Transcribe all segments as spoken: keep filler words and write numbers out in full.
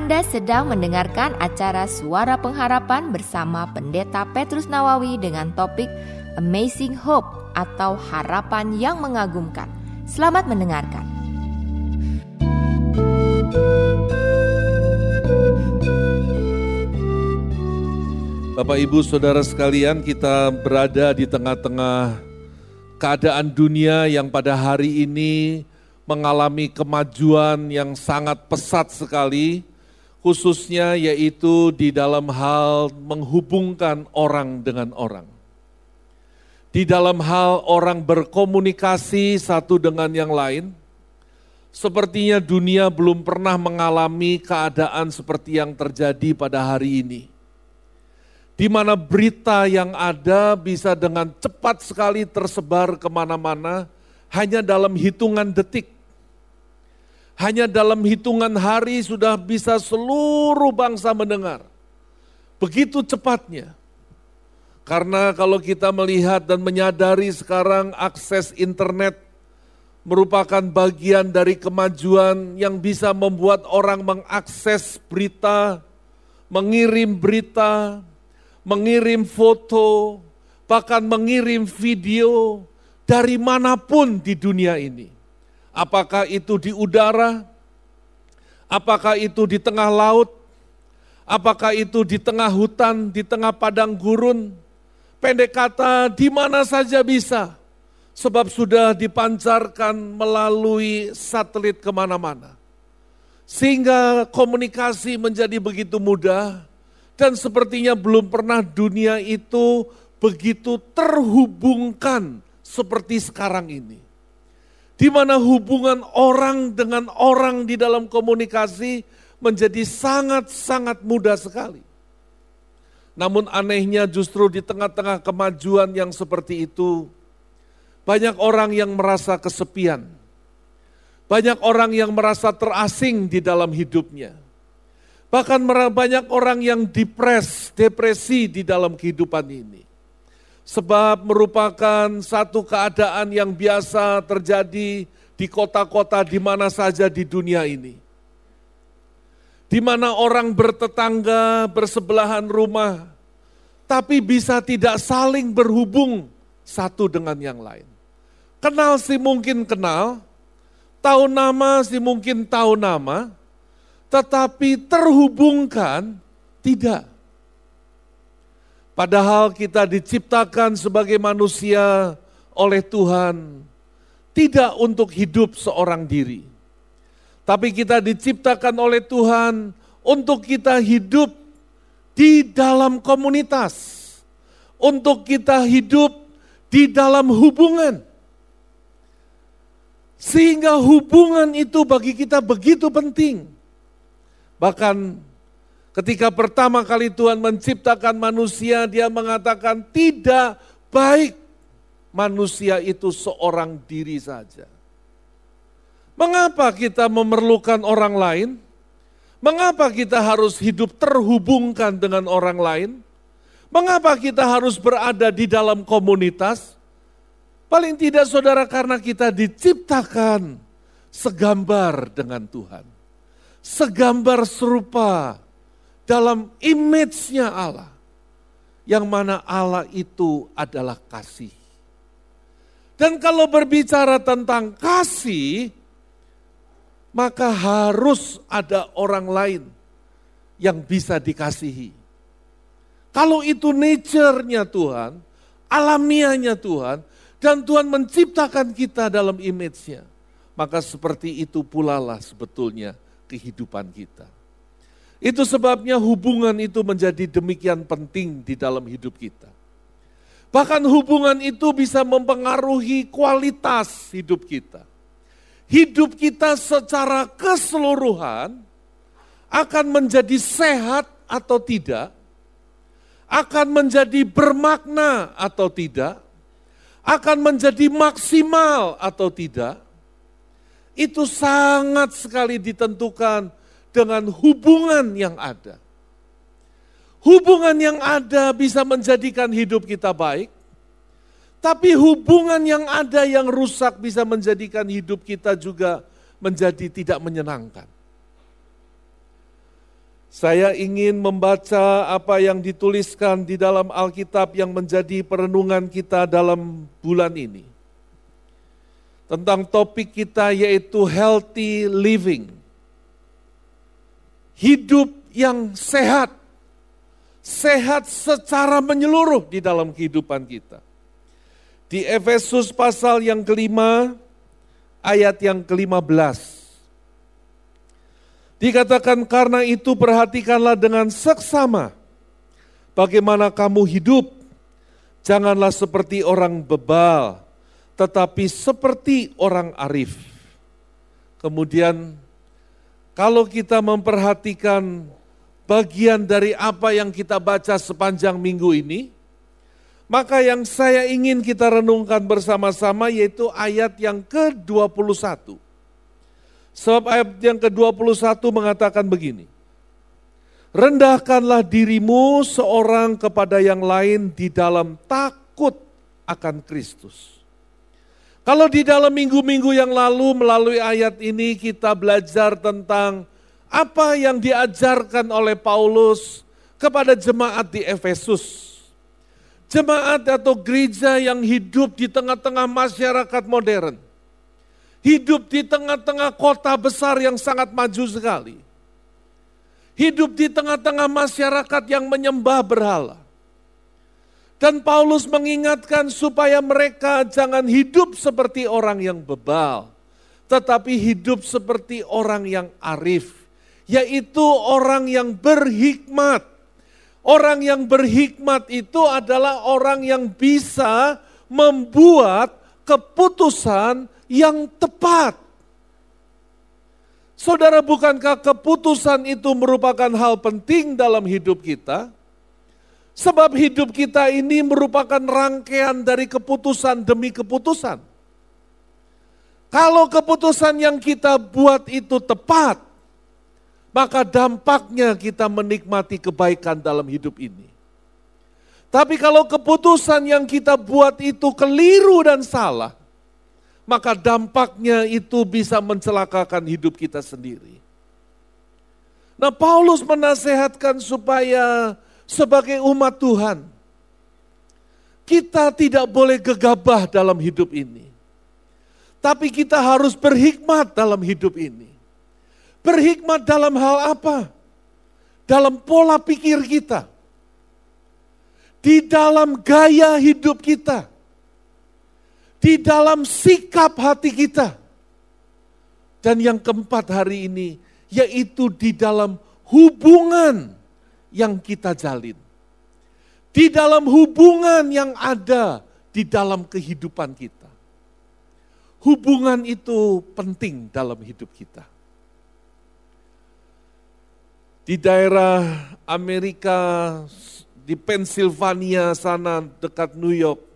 Anda sedang mendengarkan acara Suara Pengharapan bersama Pendeta Petrus Nawawi dengan topik Amazing Hope atau Harapan yang Mengagumkan. Selamat mendengarkan. Bapak, Ibu, Saudara sekalian, kita berada di tengah-tengah keadaan dunia yang pada hari ini mengalami kemajuan yang sangat pesat sekali, khususnya yaitu di dalam hal menghubungkan orang dengan orang. Di dalam hal orang berkomunikasi satu dengan yang lain, sepertinya dunia belum pernah mengalami keadaan seperti yang terjadi pada hari ini. Di mana berita yang ada bisa dengan cepat sekali tersebar kemana-mana, hanya dalam hitungan detik. Hanya dalam hitungan hari sudah bisa seluruh bangsa mendengar. Begitu cepatnya. Karena kalau kita melihat dan menyadari sekarang akses internet merupakan bagian dari kemajuan yang bisa membuat orang mengakses berita, mengirim berita, mengirim foto, bahkan mengirim video dari manapun di dunia ini. Apakah itu di udara, apakah itu di tengah laut, apakah itu di tengah hutan, di tengah padang gurun, pendek kata di mana saja bisa, sebab sudah dipancarkan melalui satelit kemana-mana. Sehingga komunikasi menjadi begitu mudah dan sepertinya belum pernah dunia itu begitu terhubungkan seperti sekarang ini. Di mana hubungan orang dengan orang di dalam komunikasi menjadi sangat-sangat mudah sekali. Namun anehnya justru di tengah-tengah kemajuan yang seperti itu, banyak orang yang merasa kesepian. Banyak orang yang merasa terasing di dalam hidupnya. Bahkan banyak orang yang depres, depresi di dalam kehidupan ini. Sebab merupakan satu keadaan yang biasa terjadi di kota-kota di mana saja di dunia ini. Di mana orang bertetangga, bersebelahan rumah, tapi bisa tidak saling berhubung satu dengan yang lain. Kenal sih mungkin kenal, tahu nama sih mungkin tahu nama, tetapi terhubungkan tidak. Padahal kita diciptakan sebagai manusia oleh Tuhan, tidak untuk hidup seorang diri. Tapi kita diciptakan oleh Tuhan untuk kita hidup di dalam komunitas. Untuk kita hidup di dalam hubungan. Sehingga hubungan itu bagi kita begitu penting. Bahkan ketika pertama kali Tuhan menciptakan manusia, Dia mengatakan tidak baik manusia itu seorang diri saja. Mengapa kita memerlukan orang lain? Mengapa kita harus hidup terhubungkan dengan orang lain? Mengapa kita harus berada di dalam komunitas? Paling tidak saudara, karena kita diciptakan segambar dengan Tuhan. Segambar serupa dalam image-nya Allah, yang mana Allah itu adalah kasih. Dan kalau berbicara tentang kasih, maka harus ada orang lain yang bisa dikasihi. Kalau itu nature-nya Tuhan, alamiahnya Tuhan, dan Tuhan menciptakan kita dalam image-nya, maka seperti itu pula lah sebetulnya kehidupan kita. Itu sebabnya hubungan itu menjadi demikian penting di dalam hidup kita. Bahkan hubungan itu bisa mempengaruhi kualitas hidup kita. Hidup kita secara keseluruhan akan menjadi sehat atau tidak, akan menjadi bermakna atau tidak, akan menjadi maksimal atau tidak. Itu sangat sekali ditentukan dengan hubungan yang ada. Hubungan yang ada bisa menjadikan hidup kita baik, tapi hubungan yang ada yang rusak bisa menjadikan hidup kita juga menjadi tidak menyenangkan. Saya ingin membaca apa yang dituliskan di dalam Alkitab yang menjadi perenungan kita dalam bulan ini. Tentang topik kita yaitu healthy living. Hidup yang sehat. Sehat secara menyeluruh di dalam kehidupan kita. Di Efesus pasal yang kelima, ayat yang kelima belas. Dikatakan, karena itu perhatikanlah dengan seksama bagaimana kamu hidup. Janganlah seperti orang bebal, tetapi seperti orang arif. Kemudian kalau kita memperhatikan bagian dari apa yang kita baca sepanjang minggu ini, maka yang saya ingin kita renungkan bersama-sama yaitu ayat yang ke dua puluh satu. Sebab ayat yang ke dua puluh satu mengatakan begini. Rendahkanlah dirimu seorang kepada yang lain di dalam takut akan Kristus. Kalau di dalam minggu-minggu yang lalu melalui ayat ini kita belajar tentang apa yang diajarkan oleh Paulus kepada jemaat di Efesus. Jemaat atau gereja yang hidup di tengah-tengah masyarakat modern. Hidup di tengah-tengah kota besar yang sangat maju sekali. Hidup di tengah-tengah masyarakat yang menyembah berhala. Dan Paulus mengingatkan supaya mereka jangan hidup seperti orang yang bebal. Tetapi hidup seperti orang yang arif. Yaitu orang yang berhikmat. Orang yang berhikmat itu adalah orang yang bisa membuat keputusan yang tepat. Saudara, bukankah keputusan itu merupakan hal penting dalam hidup kita? Sebab hidup kita ini merupakan rangkaian dari keputusan demi keputusan. Kalau keputusan yang kita buat itu tepat, maka dampaknya kita menikmati kebaikan dalam hidup ini. Tapi kalau keputusan yang kita buat itu keliru dan salah, maka dampaknya itu bisa mencelakakan hidup kita sendiri. Nah, Paulus menasehatkan supaya sebagai umat Tuhan, kita tidak boleh gegabah dalam hidup ini. Tapi kita harus berhikmat dalam hidup ini. Berhikmat dalam hal apa? Dalam pola pikir kita. Di dalam gaya hidup kita. Di dalam sikap hati kita. Dan yang keempat hari ini, yaitu di dalam hubungan yang kita jalin. Di dalam hubungan yang ada di dalam kehidupan kita. Hubungan itu penting dalam hidup kita. Di daerah Amerika, di Pennsylvania sana dekat New York,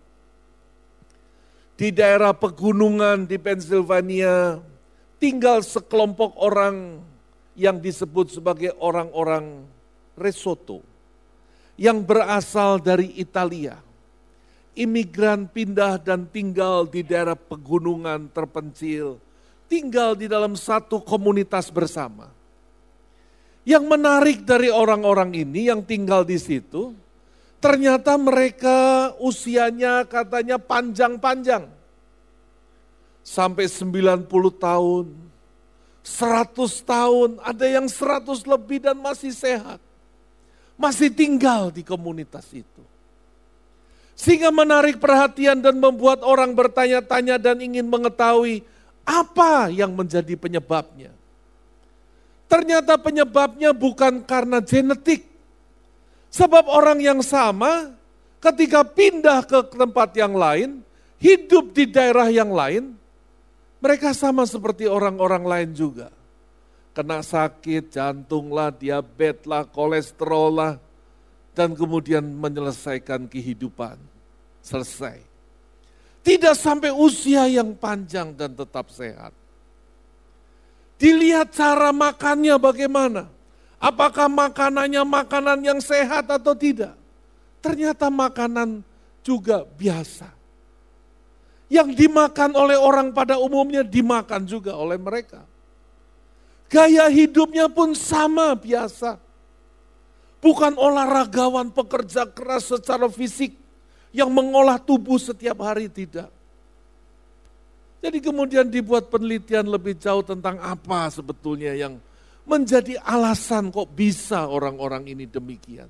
di daerah pegunungan di Pennsylvania, tinggal sekelompok orang yang disebut sebagai orang-orang Lesotho, yang berasal dari Italia. Imigran pindah dan tinggal di daerah pegunungan terpencil, tinggal di dalam satu komunitas bersama. Yang menarik dari orang-orang ini yang tinggal di situ, ternyata mereka usianya katanya panjang-panjang. Sampai sembilan puluh tahun, seratus tahun, ada yang seratus lebih dan masih sehat. Masih tinggal di komunitas itu. Sehingga menarik perhatian dan membuat orang bertanya-tanya dan ingin mengetahui apa yang menjadi penyebabnya. Ternyata penyebabnya bukan karena genetik. Sebab orang yang sama ketika pindah ke tempat yang lain, hidup di daerah yang lain, mereka sama seperti orang-orang lain juga. Kena sakit, jantung lah, diabetes lah, kolesterol lah, dan kemudian menyelesaikan kehidupan. Selesai. Tidak sampai usia yang panjang dan tetap sehat. Dilihat cara makannya bagaimana. Apakah makanannya makanan yang sehat atau tidak? Ternyata makanan juga biasa. Yang dimakan oleh orang pada umumnya dimakan juga oleh mereka. Gaya hidupnya pun sama biasa. bukan olahragawan pekerja keras secara fisik yang mengolah tubuh setiap hari, tidak. Jadi kemudian dibuat penelitian lebih jauh tentang apa sebetulnya yang menjadi alasan kok bisa orang-orang ini demikian.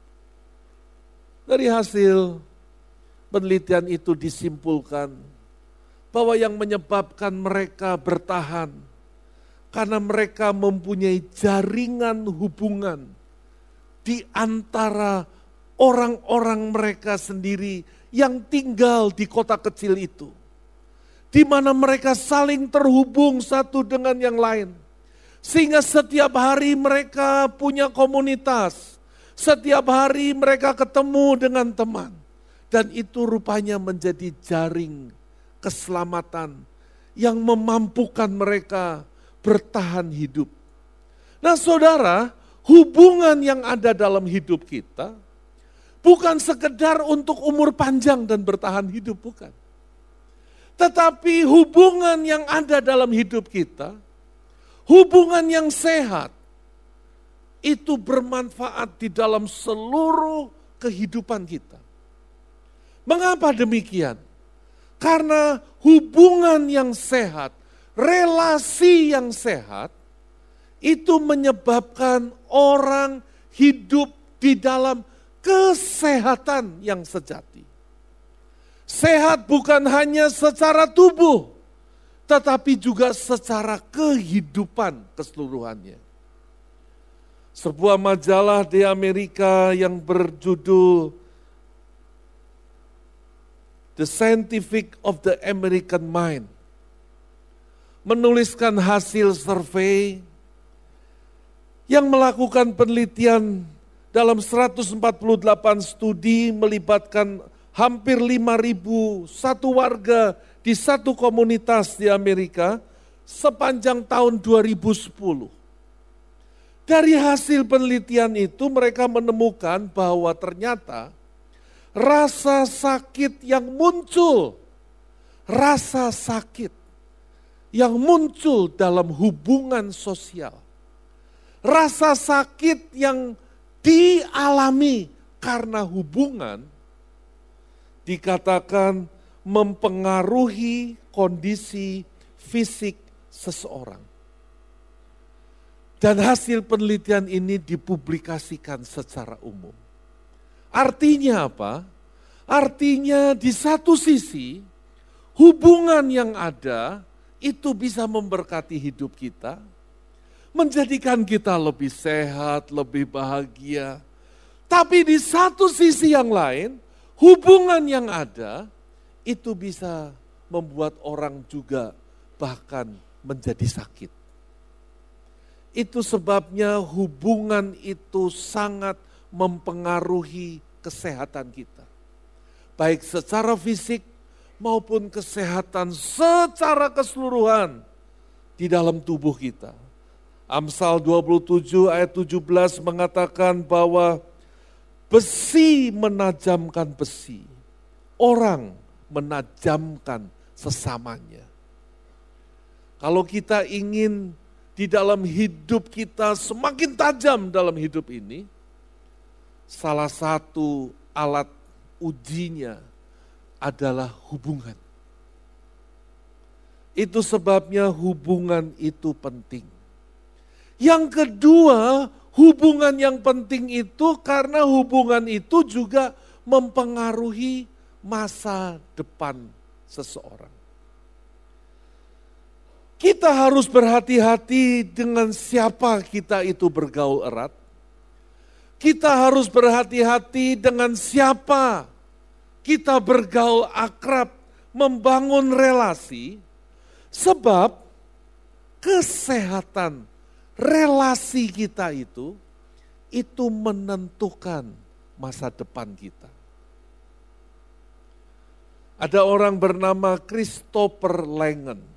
Dari hasil penelitian itu disimpulkan bahwa yang menyebabkan mereka bertahan karena mereka mempunyai jaringan hubungan di antara orang-orang mereka sendiri yang tinggal di kota kecil itu. Di mana mereka saling terhubung satu dengan yang lain. Sehingga setiap hari mereka punya komunitas. Setiap hari mereka ketemu dengan teman. Dan itu rupanya menjadi jaring keselamatan yang memampukan mereka bertahan hidup. Nah saudara, hubungan yang ada dalam hidup kita bukan sekedar untuk umur panjang dan bertahan hidup, bukan. Tetapi hubungan yang ada dalam hidup kita, hubungan yang sehat, itu bermanfaat di dalam seluruh kehidupan kita. Mengapa demikian? Karena hubungan yang sehat, relasi yang sehat, itu menyebabkan orang hidup di dalam kesehatan yang sejati. Sehat bukan hanya secara tubuh, tetapi juga secara kehidupan keseluruhannya. Sebuah majalah di Amerika yang berjudul The Scientific of the American Mind menuliskan hasil survei yang melakukan penelitian dalam seratus empat puluh delapan studi melibatkan hampir lima ribu satu warga di satu komunitas di Amerika sepanjang tahun dua ribu sepuluh. Dari hasil penelitian itu mereka menemukan bahwa ternyata rasa sakit yang muncul, rasa sakit yang muncul dalam hubungan sosial, rasa sakit yang dialami karena hubungan, dikatakan mempengaruhi kondisi fisik seseorang. Dan hasil penelitian ini dipublikasikan secara umum. Artinya apa? Artinya di satu sisi hubungan yang ada itu bisa memberkati hidup kita, menjadikan kita lebih sehat, lebih bahagia. Tapi di satu sisi yang lain, hubungan yang ada itu bisa membuat orang juga bahkan menjadi sakit. Itu sebabnya hubungan itu sangat mempengaruhi kesehatan kita. Baik secara fisik maupun kesehatan secara keseluruhan di dalam tubuh kita. Amsal dua puluh tujuh ayat tujuh belas mengatakan bahwa besi menajamkan besi, orang menajamkan sesamanya. Kalau kita ingin di dalam hidup kita semakin tajam dalam hidup ini, salah satu alat ujinya adalah hubungan. Itu sebabnya hubungan itu penting. Yang kedua, hubungan yang penting itu karena hubungan itu juga mempengaruhi masa depan seseorang. Kita harus berhati-hati dengan siapa kita itu bergaul erat. Kita harus berhati-hati dengan siapa kita bergaul akrab, membangun relasi, sebab kesehatan relasi kita itu, itu menentukan masa depan kita. Ada orang bernama Christopher Langen.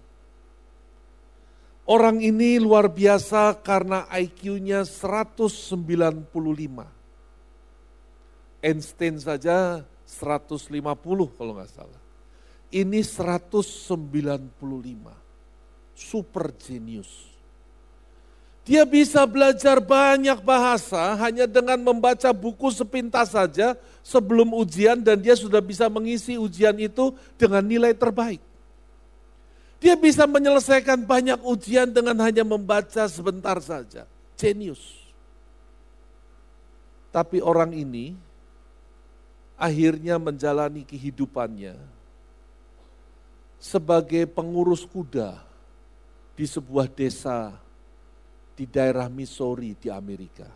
Orang ini luar biasa karena I Q-nya seratus sembilan puluh lima. Einstein saja seratus lima puluh kalau nggak salah. Ini seratus sembilan puluh lima. Super genius. Dia bisa belajar banyak bahasa hanya dengan membaca buku sepintas saja sebelum ujian dan dia sudah bisa mengisi ujian itu dengan nilai terbaik. Dia bisa menyelesaikan banyak ujian dengan hanya membaca sebentar saja. Jenius. Tapi orang ini akhirnya menjalani kehidupannya sebagai pengurus kuda di sebuah desa di daerah Missouri di Amerika.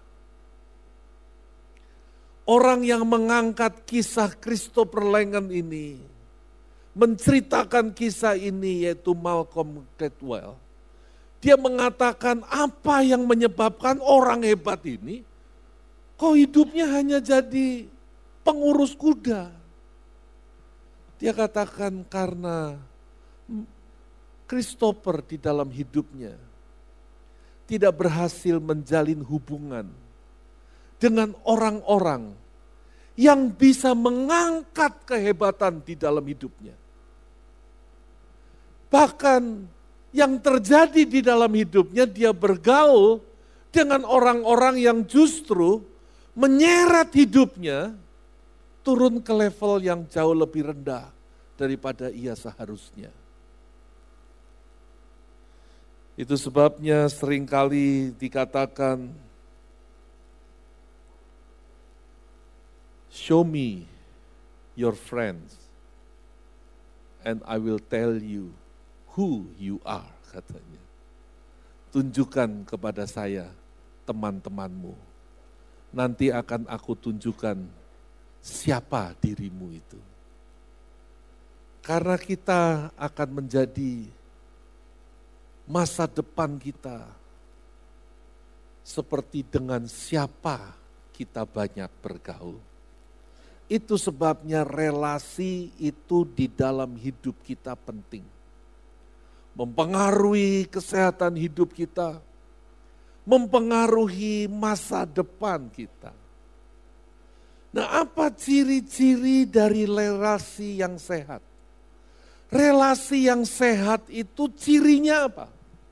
Orang yang mengangkat kisah Christopher Langan ini, menceritakan kisah ini yaitu Malcolm Gladwell. Dia mengatakan apa yang menyebabkan orang hebat ini kok hidupnya hanya jadi pengurus kuda. Dia katakan karena Christopher di dalam hidupnya tidak berhasil menjalin hubungan dengan orang-orang yang bisa mengangkat kehebatan di dalam hidupnya. Bahkan yang terjadi di dalam hidupnya, dia bergaul dengan orang-orang yang justru menyeret hidupnya turun ke level yang jauh lebih rendah daripada ia seharusnya. Itu sebabnya seringkali dikatakan, show me your friends and I will tell you who you are, katanya. Tunjukkan kepada saya teman-temanmu. Nanti akan aku tunjukkan siapa dirimu itu. Karena kita akan menjadi masa depan kita seperti dengan siapa kita banyak bergaul. Itu sebabnya relasi itu di dalam hidup kita penting. Mempengaruhi kesehatan hidup kita, mempengaruhi masa depan kita. Nah, apa ciri-ciri dari relasi yang sehat? Relasi yang sehat itu cirinya apa?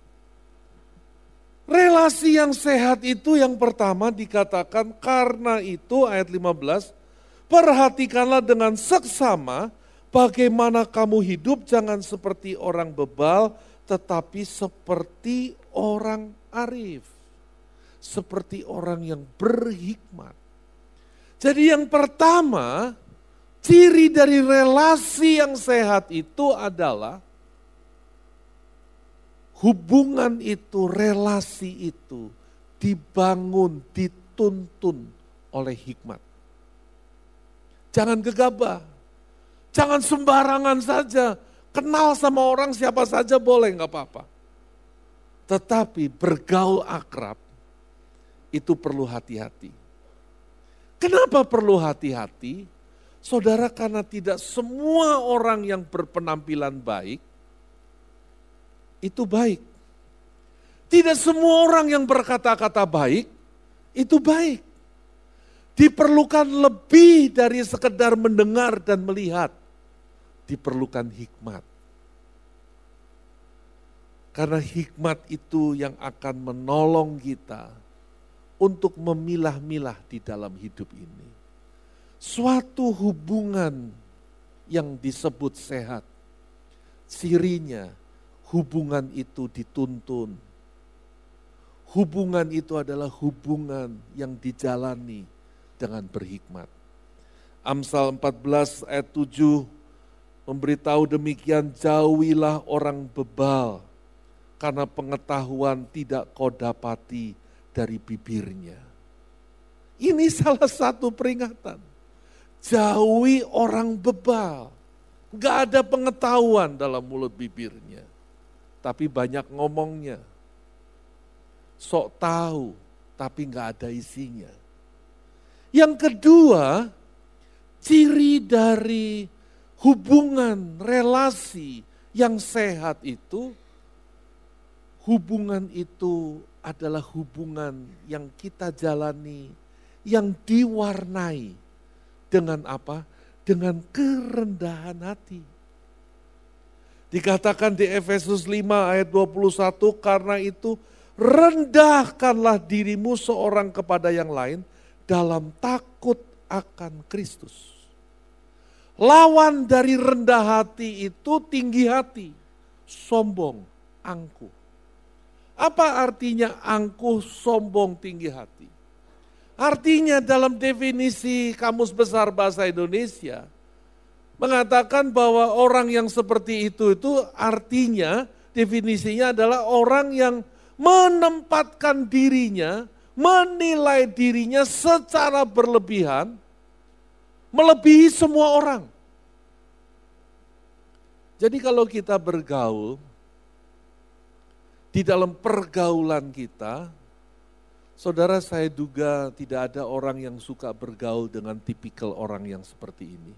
Relasi yang sehat itu yang pertama dikatakan karena itu ayat lima belas, perhatikanlah dengan seksama bagaimana kamu hidup, jangan seperti orang bebal tetapi seperti orang arif. Seperti orang yang berhikmat. Jadi yang pertama, ciri dari relasi yang sehat itu adalah hubungan itu, relasi itu dibangun, dituntun oleh hikmat. Jangan gegabah, jangan sembarangan saja, kenal sama orang siapa saja boleh, gak apa-apa. Tetapi bergaul akrab itu perlu hati-hati. Kenapa perlu hati-hati? Saudara, karena tidak semua orang yang berpenampilan baik itu baik. Tidak semua orang yang berkata-kata baik itu baik. Diperlukan lebih dari sekedar mendengar dan melihat. Diperlukan hikmat. Karena hikmat itu yang akan menolong kita untuk memilah-milah di dalam hidup ini. Suatu hubungan yang disebut sehat, cirinya hubungan itu dituntun. Hubungan itu adalah hubungan yang dijalani dengan berhikmat. Amsal empat belas ayat tujuh memberitahu demikian, jauhilah orang bebal karena pengetahuan tidak kau dapati dari bibirnya. Ini salah satu peringatan. Jauhi orang bebal. Gak ada pengetahuan dalam mulut bibirnya. Tapi banyak ngomongnya. Sok tahu, tapi gak ada isinya. Yang kedua, ciri dari hubungan, relasi yang sehat itu, hubungan itu adalah hubungan yang kita jalani, yang diwarnai dengan apa? Dengan kerendahan hati. Dikatakan di Efesus lima ayat dua puluh satu, karena itu rendahkanlah dirimu seorang kepada yang lain dalam takut akan Kristus. Lawan dari rendah hati itu tinggi hati, sombong, angkuh. Apa artinya angkuh, sombong, tinggi hati? Artinya dalam definisi Kamus Besar Bahasa Indonesia, mengatakan bahwa orang yang seperti itu, itu artinya definisinya adalah orang yang menempatkan dirinya, menilai dirinya secara berlebihan, melebihi semua orang. Jadi kalau kita bergaul, di dalam pergaulan kita, saudara, saya duga tidak ada orang yang suka bergaul dengan tipikal orang yang seperti ini.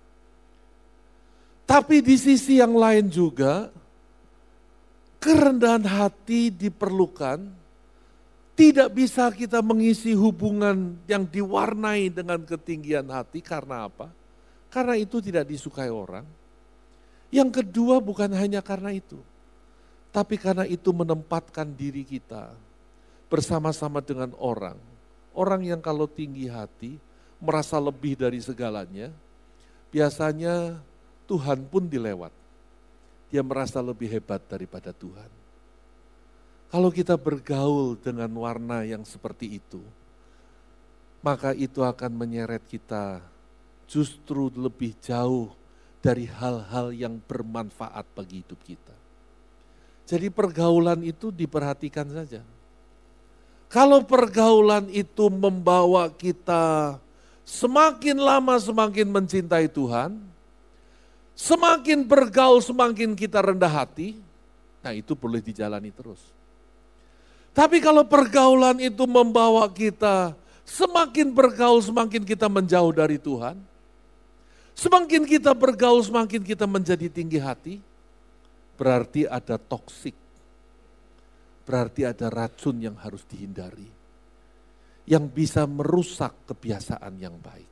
Tapi di sisi yang lain juga, kerendahan hati diperlukan. Tidak bisa kita mengisi hubungan yang diwarnai dengan ketinggian hati. Karena apa? Karena itu tidak disukai orang. Yang kedua bukan hanya karena itu, tapi karena itu menempatkan diri kita bersama-sama dengan orang. Orang yang kalau tinggi hati, merasa lebih dari segalanya, biasanya Tuhan pun dilewat. Dia merasa lebih hebat daripada Tuhan. Kalau kita bergaul dengan warna yang seperti itu, maka itu akan menyeret kita justru lebih jauh dari hal-hal yang bermanfaat bagi hidup kita. Jadi pergaulan itu diperhatikan saja. Kalau pergaulan itu membawa kita semakin lama semakin mencintai Tuhan, semakin bergaul semakin kita rendah hati, nah itu boleh dijalani terus. Tapi kalau pergaulan itu membawa kita semakin bergaul semakin kita menjauh dari Tuhan, semakin kita bergaul semakin kita menjadi tinggi hati, berarti ada toksik, berarti ada racun yang harus dihindari, yang bisa merusak kebiasaan yang baik.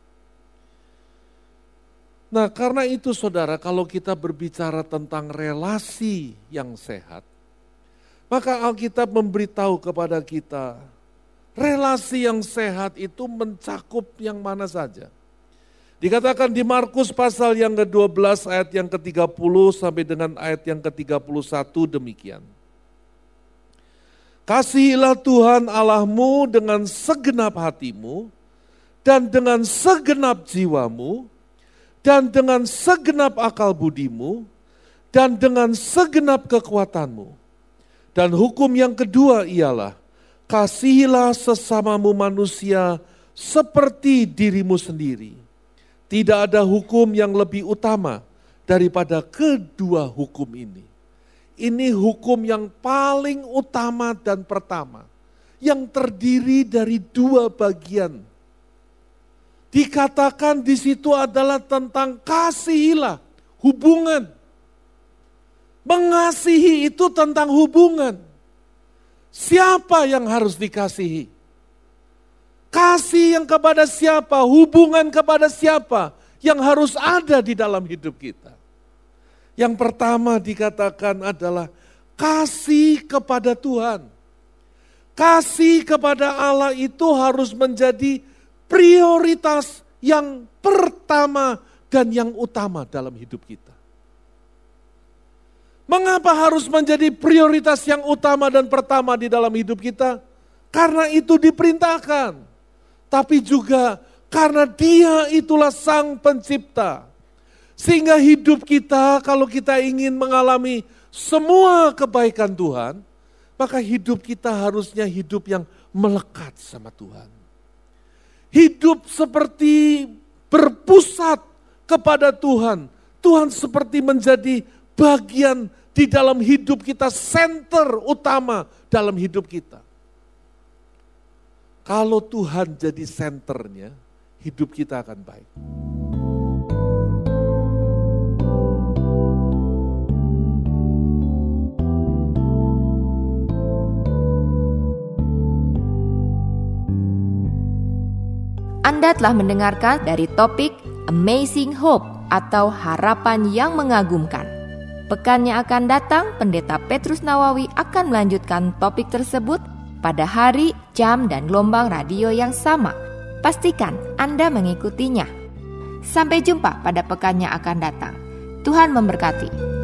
Nah, karena itu saudara, kalau kita berbicara tentang relasi yang sehat, maka Alkitab memberitahu kepada kita, relasi yang sehat itu mencakup yang mana saja. Dikatakan di Markus pasal yang ke dua belas ayat yang ke tiga puluh sampai dengan ayat yang ke tiga puluh satu demikian. Kasihilah Tuhan Allahmu dengan segenap hatimu dan dengan segenap jiwamu dan dengan segenap akal budimu dan dengan segenap kekuatanmu. Dan hukum yang kedua ialah kasihilah sesamamu manusia seperti dirimu sendiri. Tidak ada hukum yang lebih utama daripada kedua hukum ini. Ini hukum yang paling utama dan pertama, yang terdiri dari dua bagian. Dikatakan di situ adalah tentang kasihilah, hubungan. Mengasihi itu tentang hubungan. Siapa yang harus dikasihi? Kasih yang kepada siapa, hubungan kepada siapa yang harus ada di dalam hidup kita. Yang pertama dikatakan adalah kasih kepada Tuhan. Kasih kepada Allah itu harus menjadi prioritas yang pertama dan yang utama dalam hidup kita. Mengapa harus menjadi prioritas yang utama dan pertama di dalam hidup kita? Karena itu diperintahkan. Tapi juga karena Dia itulah Sang Pencipta. Sehingga hidup kita, kalau kita ingin mengalami semua kebaikan Tuhan, maka hidup kita harusnya hidup yang melekat sama Tuhan. Hidup seperti berpusat kepada Tuhan. Tuhan seperti menjadi bagian di dalam hidup kita, center utama dalam hidup kita. Kalau Tuhan jadi senternya, hidup kita akan baik. Anda telah mendengarkan dari topik Amazing Hope atau harapan yang mengagumkan. Pekan yang akan datang, Pendeta Petrus Nawawi akan melanjutkan topik tersebut pada hari, jam, dan gelombang radio yang sama. Pastikan Anda mengikutinya. Sampai jumpa pada pekan yang akan datang. Tuhan memberkati.